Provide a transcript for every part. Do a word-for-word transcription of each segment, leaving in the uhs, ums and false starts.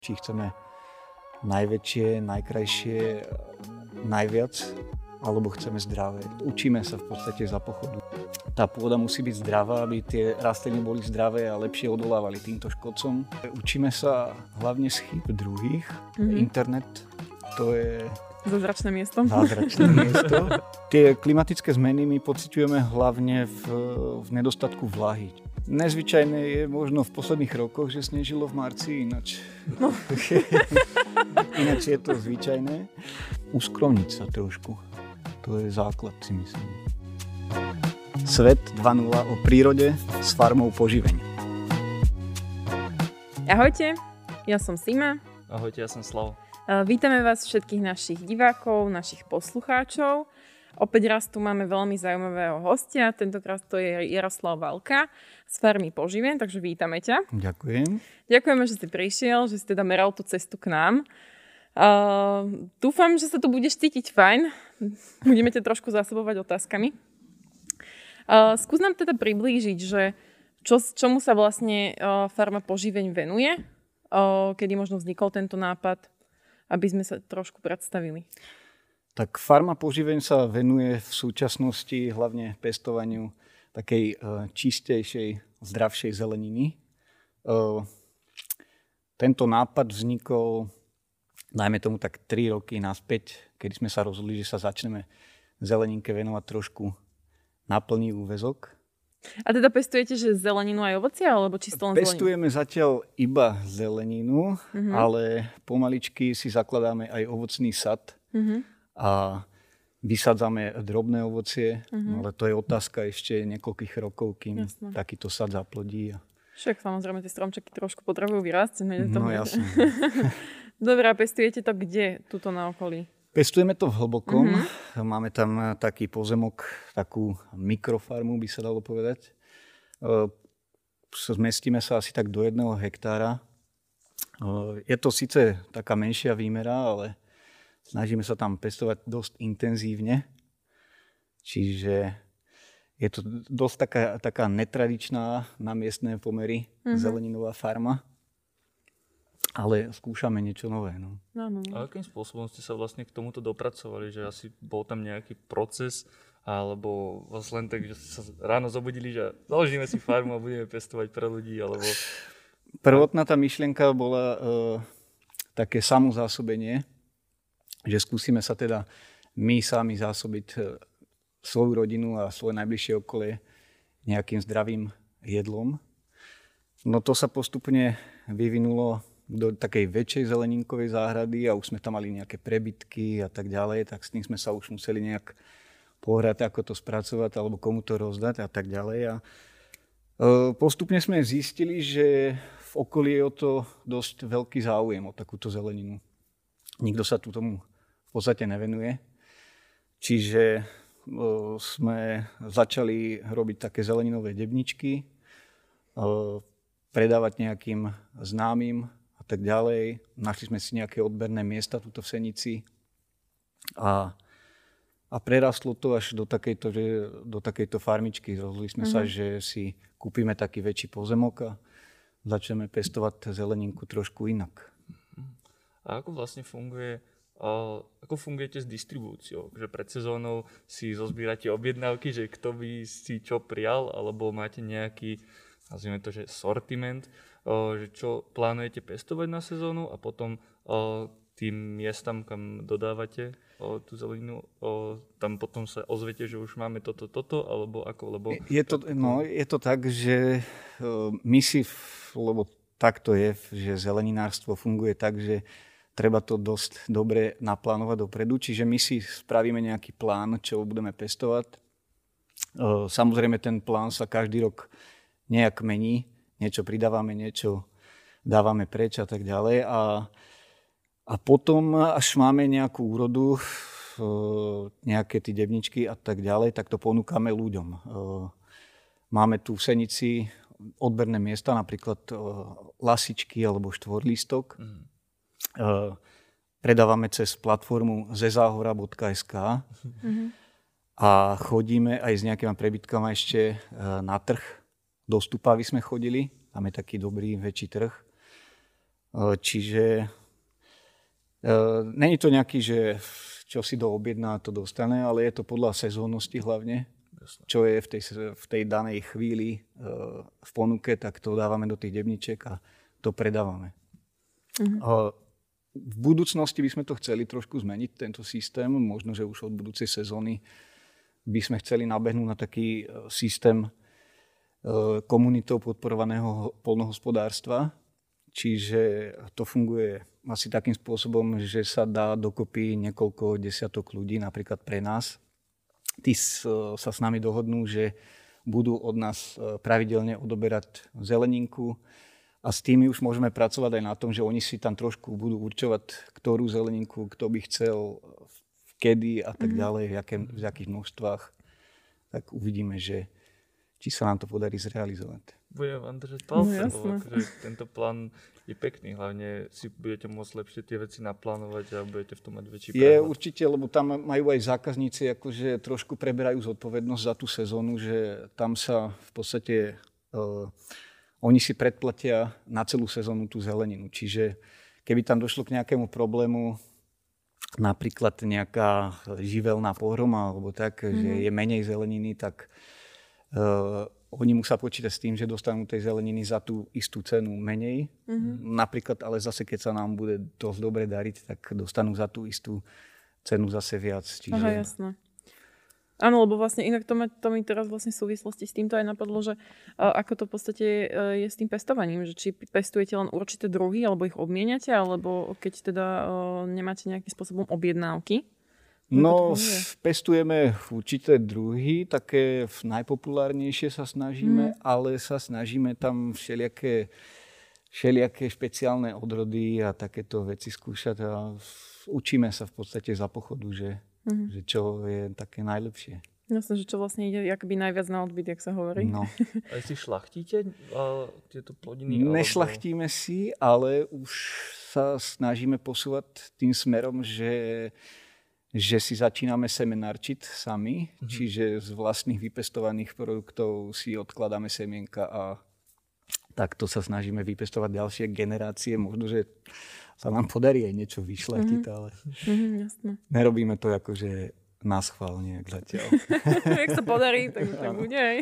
Či chceme najväčšie, najkrajšie, najviac, alebo chceme zdravé. Učíme sa v podstate za pochodu. Tá pôda musí byť zdravá, aby tie rastliny boli zdravé a lepšie odolávali týmto škodcom. Učíme sa hlavne z chýb druhých. Mm-hmm. Internet, to je zázračné miesto. Zázračné miesto. Tie klimatické zmeny my pociťujeme hlavne v, v nedostatku vlahy. Nezvyčajné je možno v posledných rokoch, že snežilo v marci, ináč, no. ináč je to zvyčajné. Uskromniť sa trošku, to je základ, si myslím. Svet dva nula o prírode s farmou Poživeň. Ahojte, ja som Sima. Ahojte, ja som Slav. Vítame vás všetkých našich divákov, našich poslucháčov. Opäť raz tu máme veľmi zaujímavého hostia, tentokrát to je Jaroslav Valka z farmy Poživeň, takže vítame ťa. Ďakujem. Ďakujeme, že si prišiel, že si teda meral tú cestu k nám. Uh, dúfam, že sa tu budeš cítiť fajn. Budeme ťa trošku zásobovať otázkami. Uh, skús nám teda priblížiť, že čo, čomu sa vlastne uh, farma Poživeň venuje, uh, kedy možno vznikol tento nápad, aby sme sa trošku predstavili. Tak farma Poživeň sa venuje v súčasnosti hlavne pestovaniu takej uh, čistejšej, zdravšej zeleniny. Uh, tento nápad vznikol, najmä tomu tak tri roky naspäť, kedy sme sa rozhodli, že sa začneme zeleninke venovať trošku na plný úväzok. A teda pestujete, že zeleninu aj ovocie, alebo čisto len zeleninu? Pestujeme zatiaľ iba zeleninu, uh-huh. ale pomaličky si zakladáme aj ovocný sad. Uh-huh. A vysádzame drobné ovocie, uh-huh. ale to je otázka ešte niekoľkých rokov, kým jasne. Takýto sad zaplodí. Však samozrejme, tie stromčeky trošku potrebujú vyrásť. No jasne. Dobre, a pestujete to kde, tuto na okolí? Pestujeme to v Hlbokom. Uh-huh. Máme tam taký pozemok, takú mikrofarmu by sa dalo povedať. Zmestíme sa asi tak do jedného hektára. Je to síce taká menšia výmera, ale snažíme sa tam pestovať dosť intenzívne, čiže je to dosť taká, taká netradičná na miestne pomery mm-hmm. zeleninová farma, ale skúšame niečo nové. No. No, no, no. A akým spôsobom ste sa vlastne k tomuto dopracovali, že asi bol tam nejaký proces, alebo vás len tak, že sa ráno zobudili, že založíme si farmu a budeme pestovať pre ľudí, alebo... Prvotná tá myšlienka bola uh, také samozásobenie, že skúsime sa teda my sami zásobiť svoju rodinu a svoje najbližšie okolie nejakým zdravým jedlom. No to sa postupne vyvinulo do takej väčšej zeleninkovej záhrady a už sme tam mali nejaké prebytky a tak ďalej, tak s tým sme sa už museli nejak pohrať, ako to spracovať alebo komu to rozdať a tak ďalej. A postupne sme zistili, že v okolí je o to dosť veľký záujem o takúto zeleninu. Nikto sa tu tomu v podstate nevenuje. Čiže o, sme začali robiť také zeleninové debničky, o, predávať nejakým známym a tak ďalej. Našli sme si nejaké odberné miesta tuto v Senici a, a prerastlo to až do takejto, že, do takejto farmičky. Rozhodli sme mm-hmm. sa, že si kúpime taký väčší pozemok a začneme pestovať zeleninku trošku inak. A ako vlastne funguje A ako fungujete s distribúciou? Že pred sezónou si zozbierate objednávky, že kto by si čo prijal, alebo máte nejaký, nazvime to, že sortiment, že čo plánujete pestovať na sezónu a potom tým miestam, kam dodávate tú zeleninu, tam potom sa ozviete, že už máme toto, toto, alebo ako? Lebo je, to, no, je to tak, že my si, lebo tak to je, že zeleninárstvo funguje tak, že treba to dosť dobre naplánovať dopredu, čiže my si spravíme nejaký plán, čo budeme pestovať. Samozrejme, ten plán sa každý rok nejak mení, niečo pridávame, niečo dávame preč a tak ďalej. A, a potom, až máme nejakú úrodu, nejaké tie debničky a tak ďalej, tak to ponúkame ľuďom. Máme tu v Senici odberné miesta, napríklad lasičky alebo štvorlístok. Mm. Uh, predávame cez platformu zezahora bodka es ká mm-hmm. a chodíme aj s nejakými prebytkami ešte uh, na trh. Do Stupavy sme chodili, tam je taký dobrý väčší trh. Čiže není to nejaký, že čo si doobjedná, to dostane, ale je to podľa sezónnosti hlavne. Čo je v tej, v tej danej chvíli v ponuke, tak to dávame do tých debničiek a to predávame. Uh-huh. V budúcnosti by sme to chceli trošku zmeniť, tento systém. Možno, že už od budúcej sezóny by sme chceli nabehnúť na taký systém komunitou podporovaného poľnohospodárstva. Čiže to funguje asi takým spôsobom, že sa dá dokopy niekoľko desiatok ľudí, napríklad pre nás. Tí sa s nami dohodnú, že budú od nás pravidelne odoberať zeleninku a s tými už môžeme pracovať aj na tom, že oni si tam trošku budú určovať, ktorú zeleninku, kto by chcel, kedy a tak ďalej, v, jaké, v jakých množstvách. Tak uvidíme, že či sa nám to podarí zrealizovať. Budem vám držať palce, No, lebo akože tento plán je pekný. Hlavne si budete môcť lepšie tie veci naplánovať a budete v tom mať väčší prehľad. Je určite, lebo tam majú aj zákazníci, akože trošku preberajú zodpovednosť za tú sezónu, že tam sa v podstate uh, oni si predplatia na celú sezónu tú zeleninu. Čiže keby tam došlo k nejakému problému, napríklad nejaká živelná pohroma alebo tak, mm-hmm. že je menej zeleniny, tak Uh, oni musia počítať s tým, že dostanú tej zeleniny za tú istú cenu menej. Mm-hmm. Napríklad, ale zase, keď sa nám bude dosť dobre dariť, tak dostanú za tú istú cenu zase viac. Čiže... Aha, jasné. Áno, lebo vlastne inak to, ma, to mi teraz vlastne v súvislosti s týmto aj napadlo, že uh, ako to v podstate uh, je s tým pestovaním, že či pestujete len určité druhy, alebo ich obmieniate, alebo keď teda uh, nemáte nejakým spôsobom objednávky. No, pestujeme určité druhy, také najpopulárnejšie sa snažíme, mm. ale sa snažíme tam všelijaké, všelijaké špeciálne odrody a takéto veci skúšať a učíme sa v podstate za pochodu, že, mm. že čo je také najlepšie. Jasne, že čo vlastne ide akoby najviac na odbyt, jak sa hovorí. No. A si šlachtíte uh, tieto plodiny? Nešlachtíme alebo... si, ale už sa snažíme posúvať tým smerom, že že si začíname semenárčiť sami, mm-hmm. čiže z vlastných vypestovaných produktov si odkladáme semienka a takto sa snažíme vypestovať ďalšie generácie. Možno, že sa nám podarí aj niečo vyšľachtiť, mm-hmm. ale mm-hmm, jasné. Nerobíme to akože na schvál nejak zatiaľ. Jak sa podarí, tak, tak bude aj.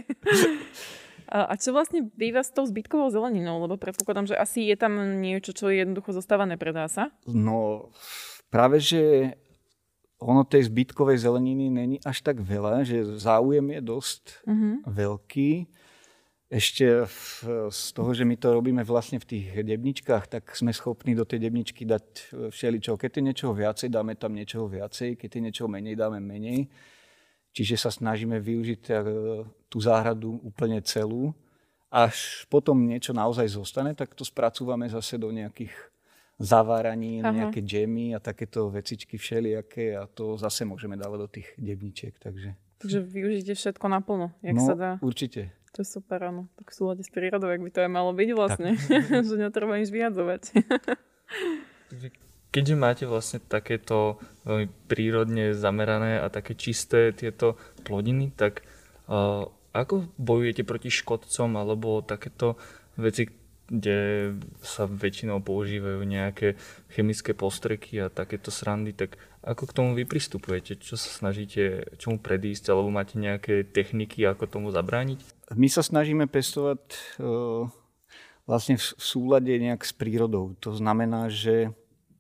A čo vlastne býva s tou zbytkovou zeleninou? Lebo predpokladám, že asi je tam niečo, čo jednoducho zostáva, nepredá sa? No, práve, že ono tej zbytkovej zeleniny není až tak veľa, že záujem je dosť uh-huh. veľký. Ešte v, z toho, že my to robíme vlastne v tých debničkách, tak sme schopní do tej debničky dať všeličo. Keď je niečoho viacej, dáme tam niečoho viacej. Keď je niečoho menej, dáme menej. Čiže sa snažíme využiť tú záhradu úplne celú. Až potom niečo naozaj zostane, tak to spracúvame zase do nejakých zaváraní, Aha. nejaké džemy a takéto vecičky všelijaké a to zase môžeme dávať do tých debničiek. Takže, takže využite všetko naplno, jak no, sa dá. Určite. To je super, áno. Tak v súlade s prírodou, jak by to aj malo byť vlastne. Že netreba nič vyjadzovať. Takže keďže máte vlastne takéto veľmi prírodne zamerané a také čisté tieto plodiny, tak uh, ako bojujete proti škodcom alebo takéto veci, kde sa väčšinou používajú nejaké chemické postreky a takéto srandy, tak ako k tomu vy pristupujete? Čo sa snažíte, čomu predísť, alebo máte nejaké techniky, ako tomu zabrániť? My sa snažíme pestovať uh, vlastne v súlade nejak s prírodou. To znamená, že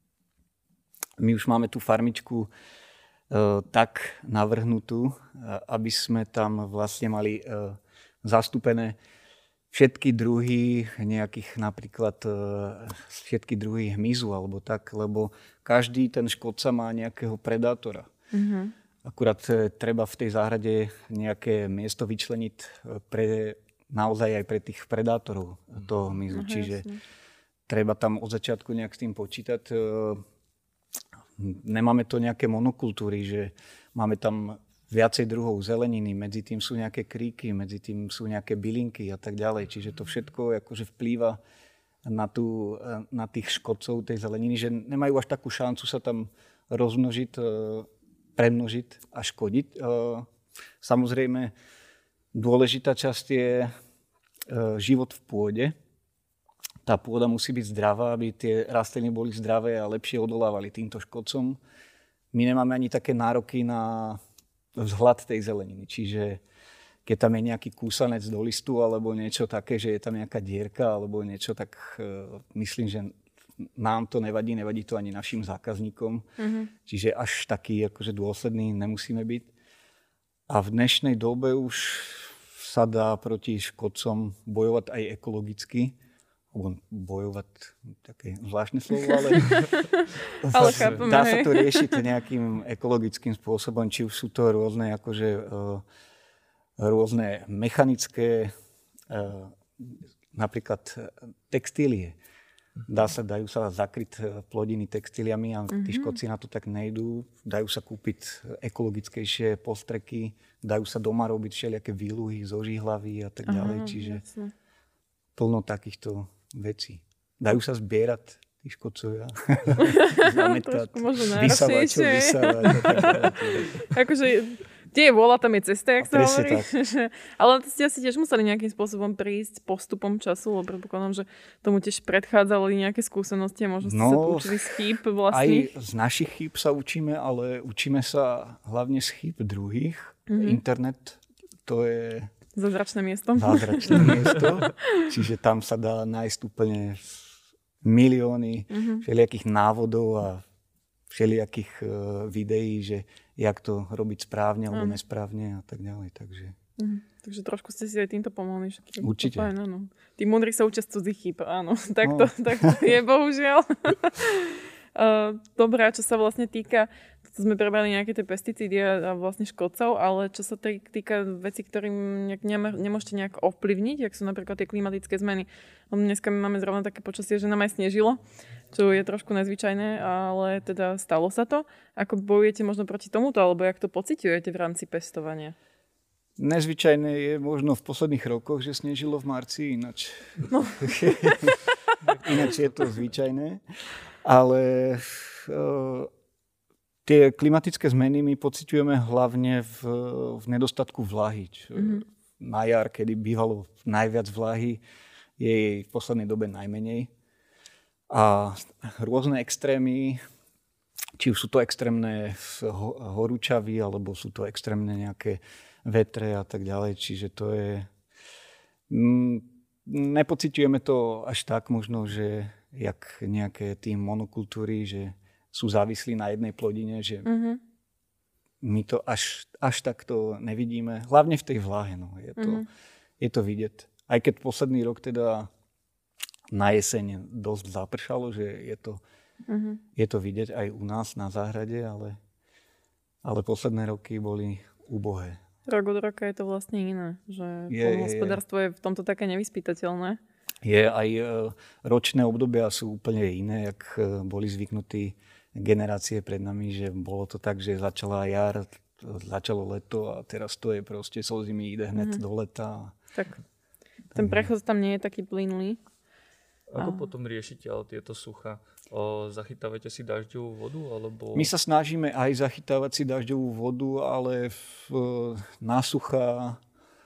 my už máme tú farmičku uh, tak navrhnutú, uh, aby sme tam vlastne mali uh, zastúpené všetky druhy nejakých napríklad všetky druhy hmyzu alebo tak, lebo každý ten škodca má nejakého predátora. Mm-hmm. Akurát treba v tej záhrade nejaké miesto vyčleniť pre, naozaj aj pre tých predátorov toho hmyzu. Aha, Čiže jasne. Treba tam od začiatku nejak s tým počítať. Nemáme to nejaké monokultúry, že máme tam viacej druhov zeleniny, medzi tým sú nejaké kríky, medzi tým sú nejaké bylinky a tak ďalej. Čiže to všetko akože vplýva na, tú, na tých škodcov tej zeleniny, že nemajú až takú šancu sa tam rozmnožiť, premnožiť a škodiť. Samozrejme, dôležitá časť je život v pôde. tá pôda musí byť zdravá, aby tie rastliny boli zdravé a lepšie odolávali týmto škodcom. My nemáme ani také nároky na vzhľad tej zeleniny, čiže keď tam je nejaký kúsanec do listu alebo niečo také, že je tam nejaká dierka alebo niečo, tak uh, myslím, že nám to nevadí, nevadí to ani našim zákazníkom. Mm-hmm. Čiže až taký akože dôsledný nemusíme byť. A v dnešnej dobe už sa dá proti škodcom bojovať aj ekologicky. Bojovať, také zvláštne slovo, ale, ale chápeme, dá sa to riešiť nejakým ekologickým spôsobom, či už sú to rôzne akože, uh, rôzne mechanické uh, napríklad textílie. Dá sa, dajú sa zakryť plodiny textíliami a tí škodci na to tak nejdú. Dajú sa kúpiť ekologickejšie postreky, dajú sa doma robiť všelijaké výluhy zo žihlavy a tak ďalej. Aha, čiže jasne. Plno takýchto vecí. Dajú sa zbierať tí škodcovia. Zametať, vysávať, čo vysávať. Akože, kde je vôľa, tam je cesta, jak sa hovorí. Ale ste asi tiež museli nejakým spôsobom prísť postupom času, lebo predpokladám, že tomu tiež predchádzali nejaké skúsenosti a možno ste no, sa učili z chýb vlastných. Aj z našich chýb sa učíme, ale učíme sa hlavne z chýb druhých. Mm-hmm. Internet, to je zázračné miesto. Zázračné miesto. Čiže tam sa dá nájsť úplne milióny mm-hmm. všelijakých návodov a všelijakých uh, videí, že jak to robiť správne alebo mm. nesprávne a tak ďalej. Takže... Mm. Takže trošku ste si aj týmto pomohli. Určite. Fajn, áno. Tí múdri sa učia z cudzích chýb, áno. Tak to, no. tak to je, bohužiaľ. uh, Dobre, čo sa vlastne týka, to sme prebrali nejaké tie pesticídy a vlastne škodcov, ale čo sa týka vecí, ktorým nemôžete nejak ovplyvniť, jak sú napríklad tie klimatické zmeny. Dneska my máme zrovna také počasie, že nám aj snežilo, čo je trošku nezvyčajné, ale teda stalo sa to. Ako bojujete možno proti tomuto, alebo jak to pociťujete v rámci pestovania? Nezvyčajné je možno v posledných rokoch, že snežilo v marci, ináč. No. Ináč je to zvyčajné. Ale uh, tie klimatické zmeny my pociťujeme hlavne v, v nedostatku vlahy. Mm-hmm. Na jar, kedy bývalo najviac vlahy, je jej v poslednej dobe najmenej. A rôzne extrémy, či už sú to extrémne horúčavy, alebo sú to extrémne nejaké vetre a tak ďalej. Čiže to je... Nepociťujeme to až tak možno, že jak nejaké tí monokultúry, že sú závislí na jednej plodine, že mm-hmm. my to až, až takto nevidíme. Hlavne v tej vláhe. No. Je, to, mm-hmm. je to vidieť. Aj keď posledný rok teda na jeseň dosť zapršalo, že je to, uh-huh. je to vidieť aj u nás na záhrade, ale, ale posledné roky boli úbohé. Rok od roka je to vlastne iné, že poľnohospodárstvo je, je v tomto také nevyspytateľné. Je aj ročné obdobia sú úplne iné, jak boli zvyknutí generácie pred nami, že bolo to tak, že začala jar, začalo leto a teraz to je proste zo zimy ide hneď uh-huh. do leta. Tak ten prechod tam nie je taký plynulý. Ako a... potom riešite ale tieto sucha? O, zachytávate si dažďovú vodu? Alebo... My sa snažíme aj zachytávať si dažďovú vodu, ale v, na sucha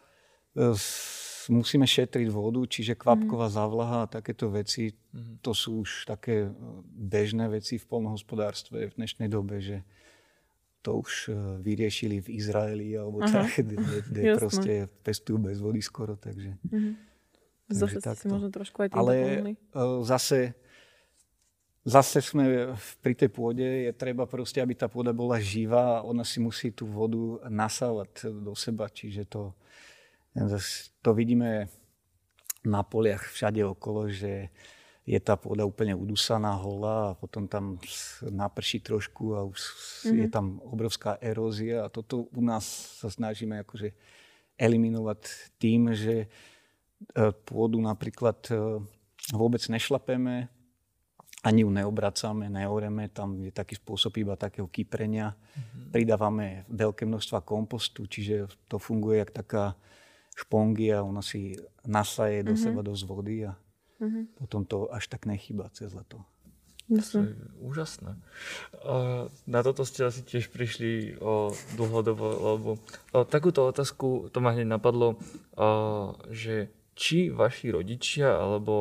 musíme šetriť vodu, čiže kvapková mm. závlaha a takéto veci, mm. to sú už také bežné veci v poľnohospodárstve v dnešnej dobe, že to už vyriešili v Izraeli alebo Aha. tak, kde, kde proste pestujú bez vody skoro, takže... Mm. Zase si možno trošku aj tým Ale doplnili. zase, zase sme pri tej pôde, je treba proste, aby tá pôda bola živá a ona si musí tú vodu nasávať do seba, čiže to, to vidíme na poliach všade okolo, že je tá pôda úplne udusaná, holá a potom tam naprší trošku a už mm-hmm. je tam obrovská erózia a toto u nás sa snažíme akože eliminovať tým, že pôdu napríklad vôbec nešlapeme, ani ju neobracame, neoreme, tam je taký spôsob iba takého kyprenia. Mm-hmm. Pridávame veľké množstva kompostu, čiže to funguje jak taká špongia, ona si nasaje do mm-hmm. seba dosť vody a mm-hmm. potom to až tak nechýba cez leto. To je úžasné. Uh, na toto ste asi tiež prišli o dlhodobo, lebo o, takúto otázku, to ma hneď napadlo, uh, že či vaši rodičia alebo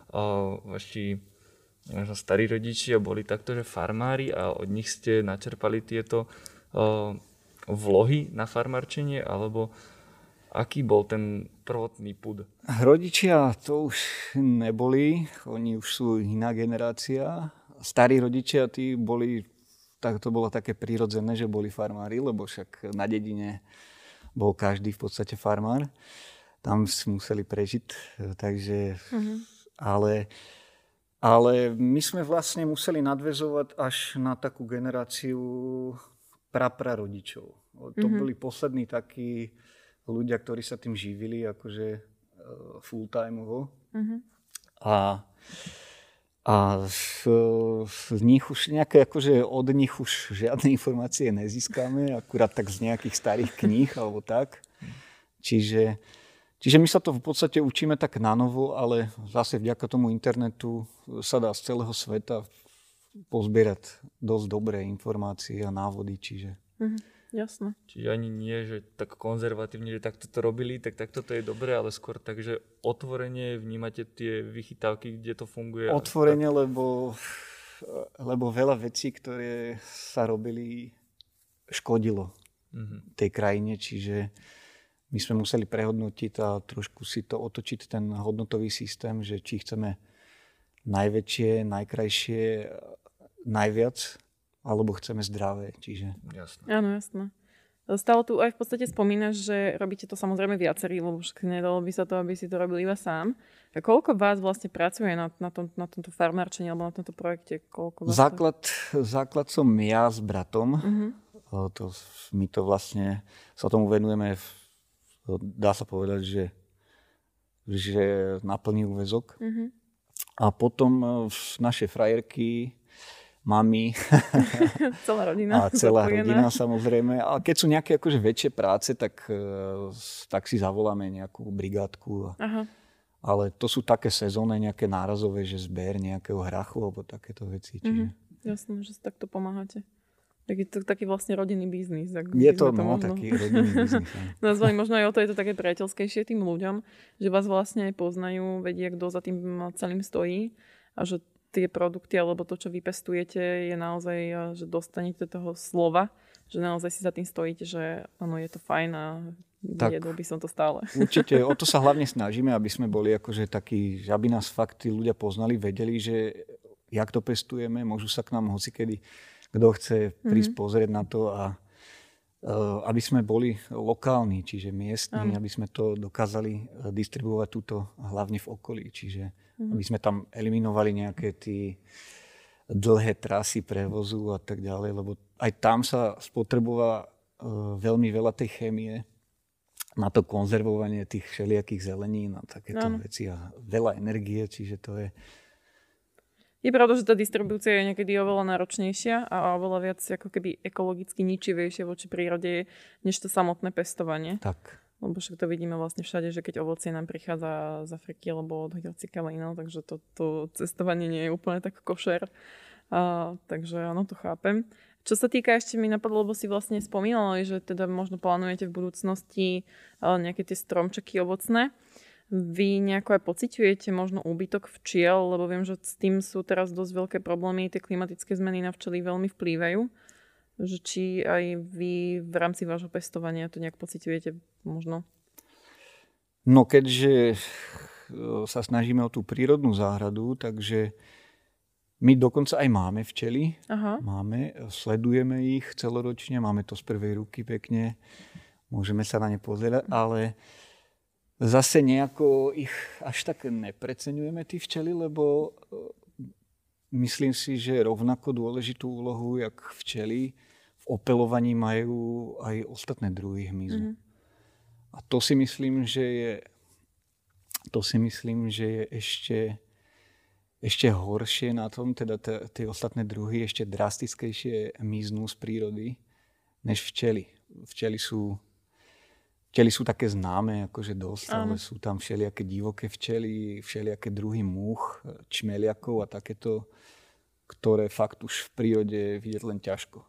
uh, vaši možno starí rodičia boli takto, že farmári a od nich ste načerpali tieto uh, vlohy na farmárčenie, alebo aký bol ten prvotný pud? Rodičia to už neboli, oni už sú iná generácia. Starí rodičia, tí boli, tak to bolo také prirodzené, že boli farmári, lebo však na dedine bol každý v podstate farmár. Tam museli prežiť, takže, mm-hmm. ale... Ale my sme vlastne museli nadväzovať až na takú generáciu praprarodičov. To mm-hmm. boli poslední takí ľudia, ktorí sa tým živili akože full-timeovo. Mm-hmm. A, a z, z nich už nejaké, akože od nich už žiadne informácie nezískame, akurát tak z nejakých starých kníh alebo tak. Čiže Čiže my sa to v podstate učíme tak na novo, ale zase vďaka tomu internetu sa dá z celého sveta pozbierať dosť dobré informácie a návody. Čiže... Mhm, jasné. Čiže ani nie, že tak konzervatívne, že takto to robili, tak takto to je dobré, ale skôr tak, že otvorene vnímate tie vychytávky, kde to funguje. Otvorene, tak... lebo, lebo veľa vecí, ktoré sa robili, škodilo mhm. tej krajine, čiže my sme museli prehodnotiť a trošku si to otočiť ten hodnotový systém, že či chceme najväčšie, najkrajšie, najviac, alebo chceme zdravé. Čiže... Jasné. Áno, jasné. Stále tu aj v podstate spomínaš, že robíte to samozrejme viacerí, lebo však nedalo by sa to, aby si to robil iba sám. A koľko vás vlastne pracuje na, na, tom, na tomto farmárčení alebo na tomto projekte? Koľko vás základ, to... základ som ja s bratom. Uh-huh. To, my to vlastne sa tomu venujeme v dá sa povedať, že, že na plný úväzok. Mm-hmm. A potom naše frajerky, mami celá rodina, a celá rodina samozrejme. A keď sú nejaké akože väčšie práce, tak, tak si zavoláme nejakú brigádku. Aha. Ale to sú také sezónne, nejaké nárazové, že zber nejakého hrachu alebo takéto veci. Čiže... Mm-hmm. Jasné, že si takto pomáhate. Tak je to taký vlastne rodinný biznis. Je to, to no, možno taký rodinný biznis. Nazvali možno aj o to, je to také priateľskejšie tým ľuďom, že vás vlastne aj poznajú, vedia, kto za tým celým stojí a že tie produkty alebo to, čo vypestujete, je naozaj, že dostanete toho slova, že naozaj si za tým stojíte, že áno, je to fajn a jedol by som to stále. Určite, o to sa hlavne snažíme, aby sme boli akože takí, že aby nás fakt tí ľudia poznali, vedeli, že jak to pestujeme, môžu sa k nám hocikedy kto chce prísť mm-hmm. pozrieť na to a uh, aby sme boli lokálni, čiže miestni, mm. aby sme to dokázali distribuovať túto hlavne v okolí, čiže mm. aby sme tam eliminovali nejaké tie dlhé trasy prevozu a tak ďalej, lebo aj tam sa spotrebovala uh, veľmi veľa tej chémie na to konzervovanie tých všelijakých zelenín a takéto mm. veci a veľa energie, čiže to je... Je pravda, že tá distribúcia je niekedy oveľa náročnejšia a oveľa viac ako keby ekologicky ničivejšie voči prírode než to samotné pestovanie. Tak. Lebo však to vidíme vlastne všade, že keď ovocie nám prichádza z Afriky alebo od hociakiaľ, takže to, to cestovanie nie je úplne tak košer. A, takže áno, to chápem. Čo sa týka, ešte mi napadlo, lebo si vlastne spomínala, že teda možno plánujete v budúcnosti nejaké tie stromčeky ovocné. Vy nejako aj pociťujete možno úbytok včiel, lebo viem, že s tým sú teraz dosť veľké problémy, tie klimatické zmeny na včely veľmi vplývajú. Že či aj vy v rámci vášho pestovania to nejak pociťujete možno? No keďže sa snažíme o tú prírodnú záhradu, takže my dokonca aj máme včely. Aha. Máme, sledujeme ich celoročne, máme to z prvej ruky pekne, môžeme sa na ne pozerať, ale zase nejako ich až tak nepreceňujeme, tí včely, lebo myslím si, že rovnako dôležitú úlohu, jak včely, v opelovaní majú aj ostatné druhy hmyzu. Mm-hmm. A to si myslím, že je, to si myslím, že je ešte, ešte horšie na tom, teda tie ostatné druhy ešte drastickejšie miznú z prírody, než včely. Včely sú Včely sú také známe, akože dosť, ale sú tam všelijaké divoké včely, všelijaké druhy múch, čmeliakov a takéto, ktoré fakt už v prírode vidieť len ťažko.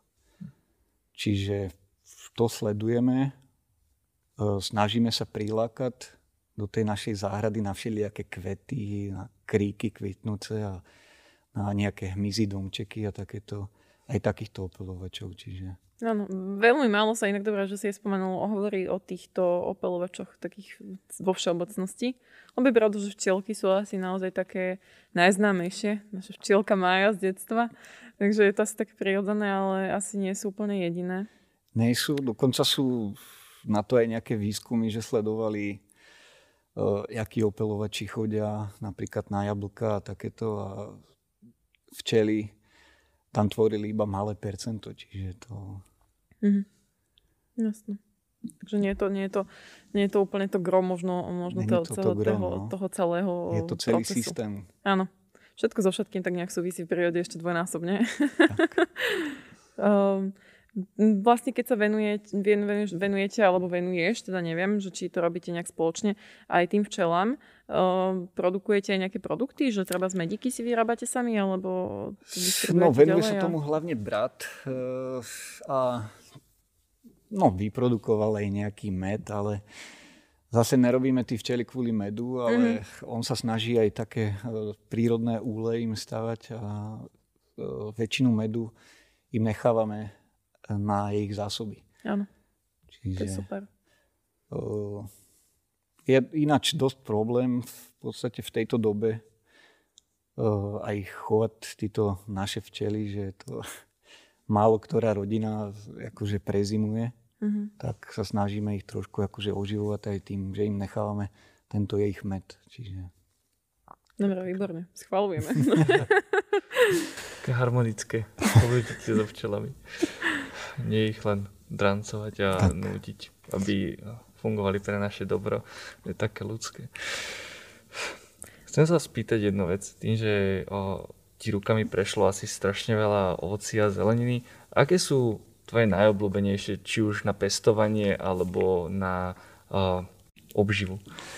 Čiže to sledujeme, snažíme sa prilákať do tej našej záhrady na všelijaké kvety, na kríky kvitnúce a na nejaké hmyzy, domčeky a takéto, aj takýchto opeľovačov. Čiže... Áno, veľmi málo sa inak dobré, že si je spomenul, hovorí o týchto opeľovačoch takých vo všeobecnosti. Lebo je pravda, že včielky sú asi naozaj také najznámejšie. Naša včielka Mája z detstva. Takže je to asi také prirodzené, ale asi nie sú úplne jediné. Nie sú, dokonca sú na to aj nejaké výskumy, že sledovali, uh, akí opeľovači chodia napríklad na jablka a takéto a včely tam tvorili iba malé percento, čiže to... Mhm. Jasne. Takže nie je to, nie je to, nie je to úplne to gro možno, možno toho, to celého, to gro, toho, no. toho celého Je to celý procesu. systém. Áno. Všetko so všetkým tak nejak súvisí v prírode ešte dvojnásobne. um, vlastne keď sa venujete, venuješ, venujete alebo venuješ, teda neviem, že či to robíte nejak spoločne aj tým včelám, um, produkujete aj nejaké produkty, že treba z mediky si vyrábate sami, alebo to distribuujete No, venuje ďalej? sa tomu hlavne brat uh, a no, vyprodukoval aj nejaký med, ale zase nerobíme tí včely kvôli medu, ale mm-hmm. on sa snaží aj také uh, prírodné úle im stavať a uh, väčšinu medu im nechávame na ich zásoby. Áno, Čiže, to je super. Uh, je ináč dosť problém v podstate v tejto dobe uh, aj chovať títo naše včely, že to málo ktorá rodina akože prezimuje, mm-hmm. tak sa snažíme ich trošku akože oživovať aj tým, že im nechávame tento je ich med. Čiže... Dobre, výborne. Schvaľujeme. Také harmonické. Politici so včelami. Nie ich len drancovať a tak. nútiť, aby fungovali pre naše dobro. Je také ľudské. Chcem sa spýtať jednu vec. Tým, že o, ti rukami prešlo asi strašne veľa ovocia a zeleniny. Aké sú tvoje najobľúbenejšie, či už na pestovanie alebo na o, obživu?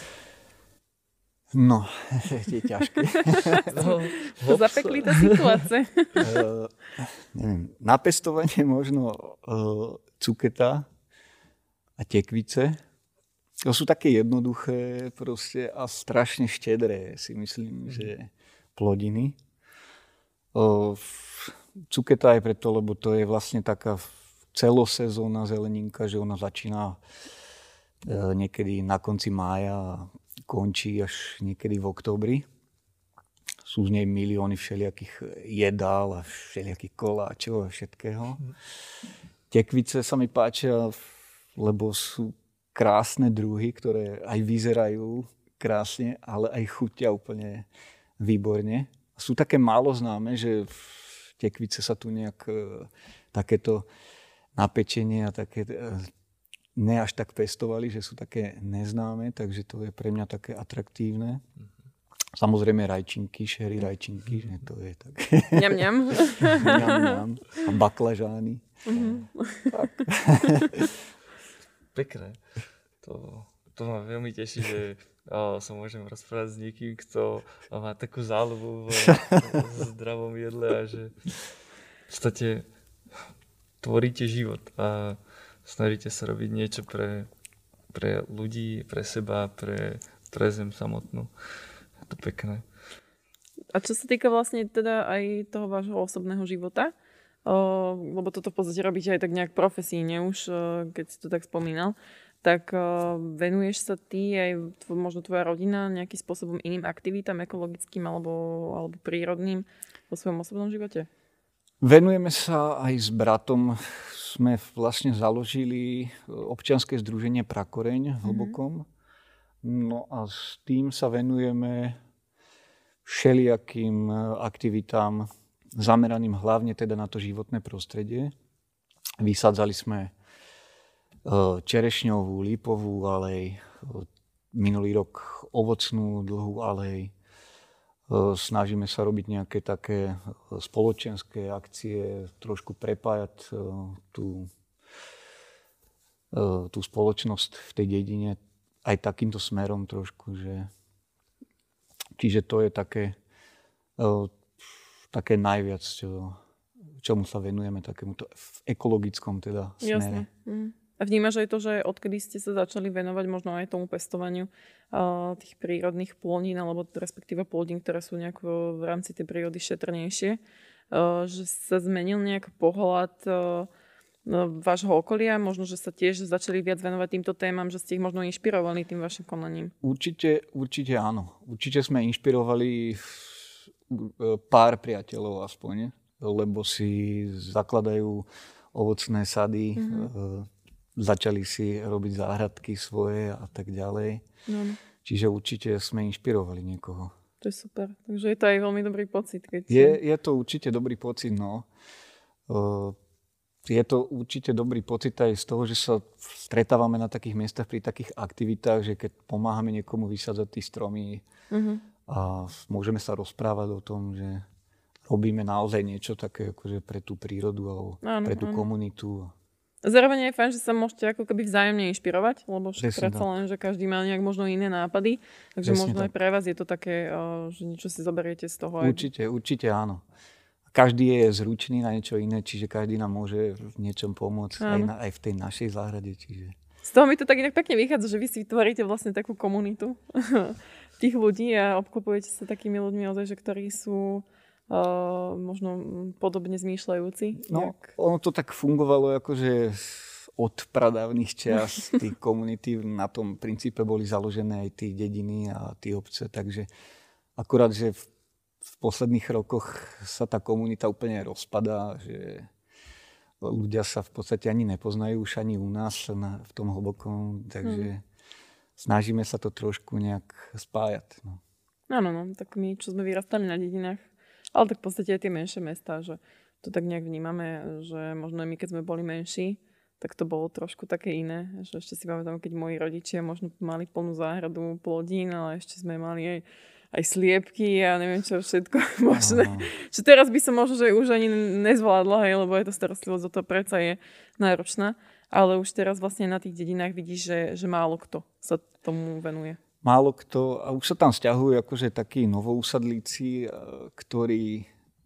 No, je ťažké. No, to zapekli tá situácia. uh, neviem, na pestovanie možno uh, cuketa a tekvice. To sú také jednoduché proste a strašne štedré, si myslím, že plodiny. Uh, cuketa je preto, lebo to je vlastne taká celosezónna zeleninka, že ona začína uh, niekedy na konci mája a končí až niekedy v októbri. Sú z nej milióny všelijakých jedál a všelijakých koláčov a všetkého. Tekvice sa mi páčia, lebo sú krásne druhy, ktoré aj vyzerajú krásne, ale aj chutia úplne výborne. Sú také málo známe, že tekvice sa tu nejak takéto napečenie a také ne až tak pestovali, že sú také neznáme, takže to je pre mňa také atraktívne. Samozrejme rajčinky, šery rajčinky, že to je tak. Ňam, ňam. ňam, ňam. A baklažány. Mm-hmm. Tak. Pekné. To, to ma veľmi teší, že o, sa môžem rozprávať s niekým, kto má takú záľubu v, v zdravom jedle a že v podstate tvoríte život a snažíte sa robiť niečo pre, pre ľudí, pre seba, pre, pre zem samotnú. Je to pekné. A čo sa týka vlastne teda aj toho vášho osobného života, o, lebo toto v podstate robíte aj tak nejak profesíne už, o, keď si to tak spomínal, tak o, venuješ sa ty aj tvo, možno tvoja rodina nejakým spôsobom iným aktivitám ekologickým alebo, alebo prírodným vo svojom osobnom živote? Venujeme sa aj s bratom. Sme vlastne založili občianske združenie Prakoreň v Hlbokom. No a s tým sa venujeme všelijakým aktivitám zameraným hlavne teda na to životné prostredie. Vysádzali sme čerešňovú, lípovú alej, minulý rok ovocnú dlhú alej. Snažíme sa robiť nejaké také spoločenské akcie, trošku prepájať tú, tú spoločnosť v tej dedine aj takýmto smerom trošku. Že... Čiže to je také, také najviac, čo, čomu sa venujeme, takémuto v ekologickom teda smere. Jasne. Mm. A A vnímaš aj to, že odkedy ste sa začali venovať možno aj tomu pestovaniu uh, tých prírodných plodín, alebo respektíve plodín, ktoré sú nejako v rámci tej prírody šetrnejšie, uh, že sa zmenil nejak pohľad uh, vášho okolia, možno, že sa tiež začali viac venovať týmto témam, že ste ich možno inšpirovali tým vašim konaním? Určite, určite áno. Určite sme inšpirovali pár priateľov aspoň, lebo si zakladajú ovocné sady, mm-hmm. začali si robiť záhradky svoje a tak ďalej. No. Čiže určite sme inšpirovali niekoho. To je super. Takže je to aj veľmi dobrý pocit. Keď je, je to určite dobrý pocit, no. Uh, Je to určite dobrý pocit aj z toho, že sa stretávame na takých miestach pri takých aktivitách, že keď pomáhame niekomu vysádzať tie stromy uh-huh. a môžeme sa rozprávať o tom, že robíme naozaj niečo také akože pre tú prírodu alebo áno, pre tú áno. komunitu. Zároveň je fajn, že sa môžete ako keby vzájomne inšpirovať, lebo predsa len, že každý má nejak možno iné nápady, takže Presne možno tak. Aj pre vás je to také, že niečo si zoberiete z toho. Určite, aj... určite áno. Každý je zručný na niečo iné, čiže každý nám môže v niečom pomôcť aj, na, aj v tej našej záhrade. Čiže... Z toho mi to tak inak pekne vychádza, že vy si vytvoríte vlastne takú komunitu tých ľudí a obklopujete sa takými ľuďmi, ozaj, že ktorí sú uh, možno podobne zmýšľajúci. No, jak... ono to tak fungovalo akože od pradávnych čias. Tí komunity na tom princípe boli založené aj tí dediny a tí obce, takže akurát, že v v posledných rokoch sa tá komunita úplne rozpadá, že ľudia sa v podstate ani nepoznajú, už ani u nás na, v tom hlbokom, takže hmm. snažíme sa to trošku nejak spájať. No. Áno, no, tak my, čo sme vyrastali na dedinách, ale tak v podstate aj tie menšie mestá, že to tak nejak vnímame, že možno my, keď sme boli menší, tak to bolo trošku také iné, že ešte si pamätám, keď moji rodičia možno mali plnú záhradu plodín, ale ešte sme mali aj aj sliepky a neviem čo všetko možné. Čo teraz by som možno, že už ani nezvládla, hej, lebo je to starostlivosť, o to predsa je náročná. Ale už teraz vlastne na tých dedinách vidíš, že, že málo kto sa tomu venuje. Málo kto. A už sa tam sťahujú akože takí novousadlíci, ktorí...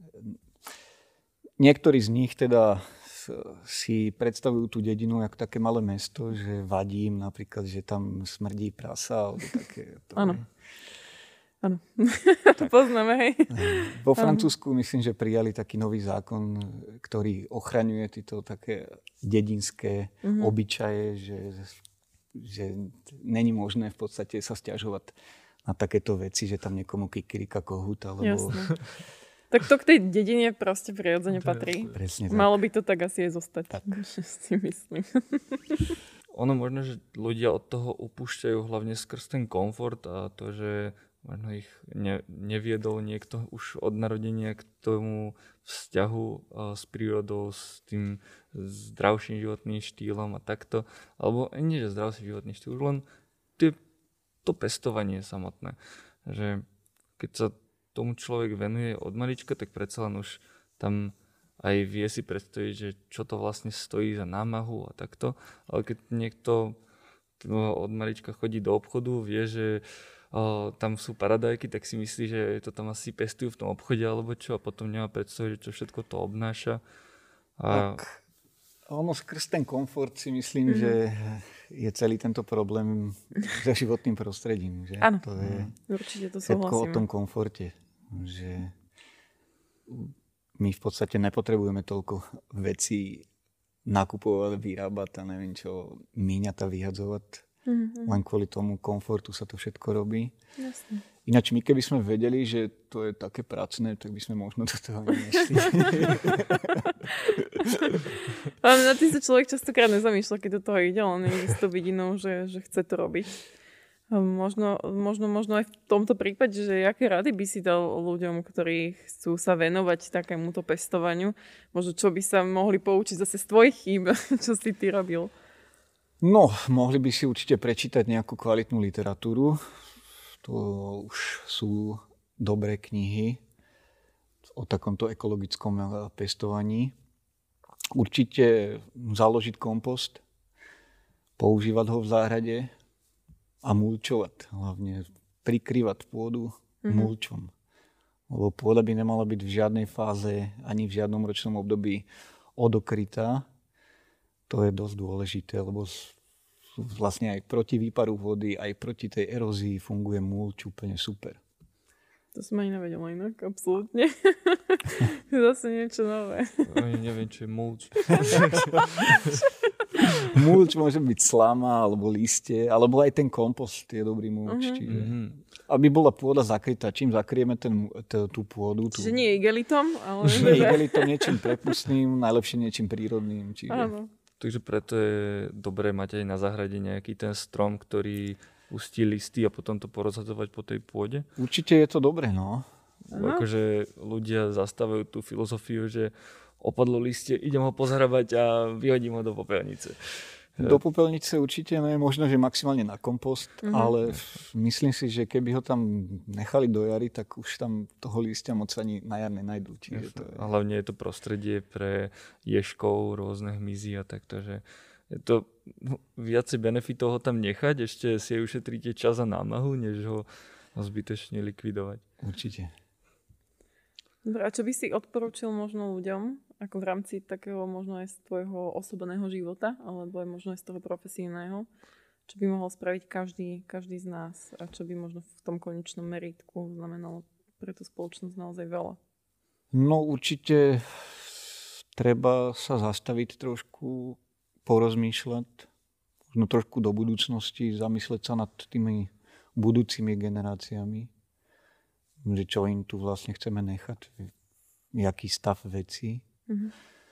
Niektorí z nich teda si predstavujú tú dedinu ako také malé mesto, že vadí im napríklad, že tam smrdí prasa alebo také... Áno. Áno, to poznáme, hej. Vo Francúzsku myslím, že prijali taký nový zákon, ktorý ochraňuje tieto také dedinské mm-hmm. obyčaje, že, že není možné v podstate sa sťažovať na takéto veci, že tam niekomu kikirika kohút, alebo... Jasné. Tak to k tej dedine proste prirodzene patrí. Presne tak. Malo by to tak asi aj zostať. Tak. Si myslím. Ono možno, že ľudia od toho upúšťajú hlavne skrz ten komfort a to, že možno ich ne, neviedol niekto už od narodenia k tomu vzťahu uh, s prírodou, s tým zdravším životným štýlom a takto. Alebo nie, že zdravší životný štýl, už len tie, to pestovanie samotné. Že keď sa tomu človek venuje od malička, tak predsa len už tam aj vie si predstaviť, že čo to vlastne stojí za námahu a takto. Ale keď niekto od malička chodí do obchodu, vie, že O, tam sú paradajky, tak si myslí, že to tam asi pestujú v tom obchode alebo čo a potom nemá predstavu, že čo všetko to obnáša. A... Tak ono skrz ten komfort si myslím, mm-hmm. že je celý tento problém so životným prostredím. Že? Áno, to je určite to všetko súhlasím. o tom komforte. Že my v podstate nepotrebujeme toľko vecí nakupovať, vyrábať a neviem čo, míňať a vyhadzovať. Mm-hmm. Len kvôli tomu komfortu sa to všetko robí. Jasne. Ináč my keby sme vedeli, že to je také pracné, tak by sme možno do toho nešli. Ale na tým sa človek častokrát nezamýšľa, keď do toho ide, len ide s to vidinou, že, že chce to robiť. A možno, možno, možno aj v tomto prípade, že aké rady by si dal ľuďom, ktorí chcú sa venovať takémuto pestovaniu, možno čo by sa mohli poučiť zase z tvojich chýb, čo si ty robil? No, mohli by si určite prečítať nejakú kvalitnú literatúru. To už sú dobré knihy o takomto ekologickom pestovaní. Určite založiť kompost, používať ho v záhrade a mulčovať. Hlavne prikrývať pôdu mm-hmm. mulčom. Lebo pôda by nemala byť v žiadnej fáze ani v žiadnom ročnom období odokrytá. To je dosť dôležité, lebo vlastne aj proti výparu vody, aj proti tej erózii funguje mulč úplne super. To som ani nevedela inak, absolútne. Zase niečo nové. Ani neviem, čo je mulč. Mulč môže byť slama, alebo listie, alebo aj ten kompost je dobrý mulč. Uh-huh. Čiže, uh-huh. Aby bola pôda zakrytá. Čím zakrieme ten, t- tú pôdu... Tú... Čiže nie igelitom, ale... Nie igelitom, niečím prepustným, najlepšie niečím prírodným. Čiže... Áno. Takže preto je dobré mať aj na záhrade nejaký ten strom, ktorý pustí listy a potom to porozhadzovať po tej pôde. Určite je to dobré, no. Akože ľudia zastávajú tú filozofiu, že opadlo listie, idem ho pozhrabať a vyhodím ho do popelnice. Do popelnice určite ne, možno, že maximálne na kompost, mm-hmm. ale myslím si, že keby ho tam nechali do jary, tak už tam toho listia moc ani na jar nenajdú. Čiže to je... A hlavne je to prostredie pre ježkov, rôzne hmyzy a takto, že je to viacej benefitov ho tam nechať, ešte si aj ušetríte čas a námahu, než ho zbytečne likvidovať. Určite. Dobre, a čo by si odporúčil možno ľuďom, ako v rámci takého možno aj z tvojho osobného života, alebo aj možno aj z toho profesijného, čo by mohol spraviť každý, každý z nás a čo by možno v tom konečnom meritku znamenalo pre tú spoločnosť naozaj veľa? No určite treba sa zastaviť trošku, porozmýšľať, možno trošku do budúcnosti, zamysleť sa nad tými budúcimi generáciami, že čo im tu vlastne chceme nechať, jaký stav vecí. Mm-hmm.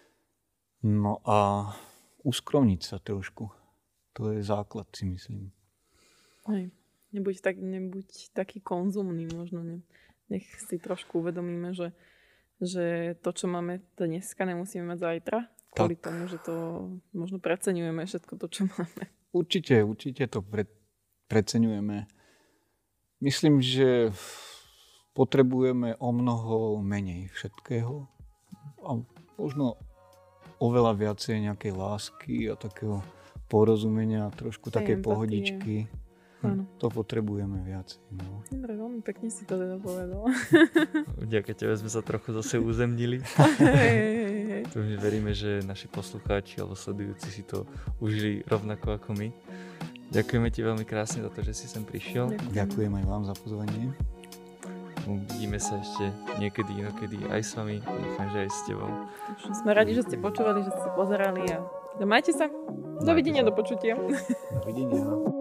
No a uskromniť sa trošku. To je základ, si myslím. Hej. Nebuď, tak, nebuď taký konzumný, možno ne, nech si trošku uvedomíme, že, že to, čo máme dneska, nemusíme mať zajtra. Kvôli tak. Tomu, že to možno preceňujeme všetko to, čo máme. Určite, určite to pre, preceňujeme. Myslím, že potrebujeme o mnoho menej všetkého a možno oveľa viacej nejakej lásky a takého porozumenia, trošku také pohodičky. Áno. To potrebujeme viacej. No. Dobre, veľmi pekne si to teda povedal. Vďaka tebe sme sa trochu zase uzemnili. Veríme, že naši poslucháči alebo sledujúci si to užili rovnako ako my. Ďakujeme ti veľmi krásne za to, že si sem prišiel. Ďakujem, Ďakujem aj vám za pozvanie. Uvidíme sa ešte niekedy inokedy aj s vami. Dúfam, že aj s tebou. Sme radi, že ste počúvali, že ste pozerali a majte sa. Dovidenia, do počutia. Dovidenia.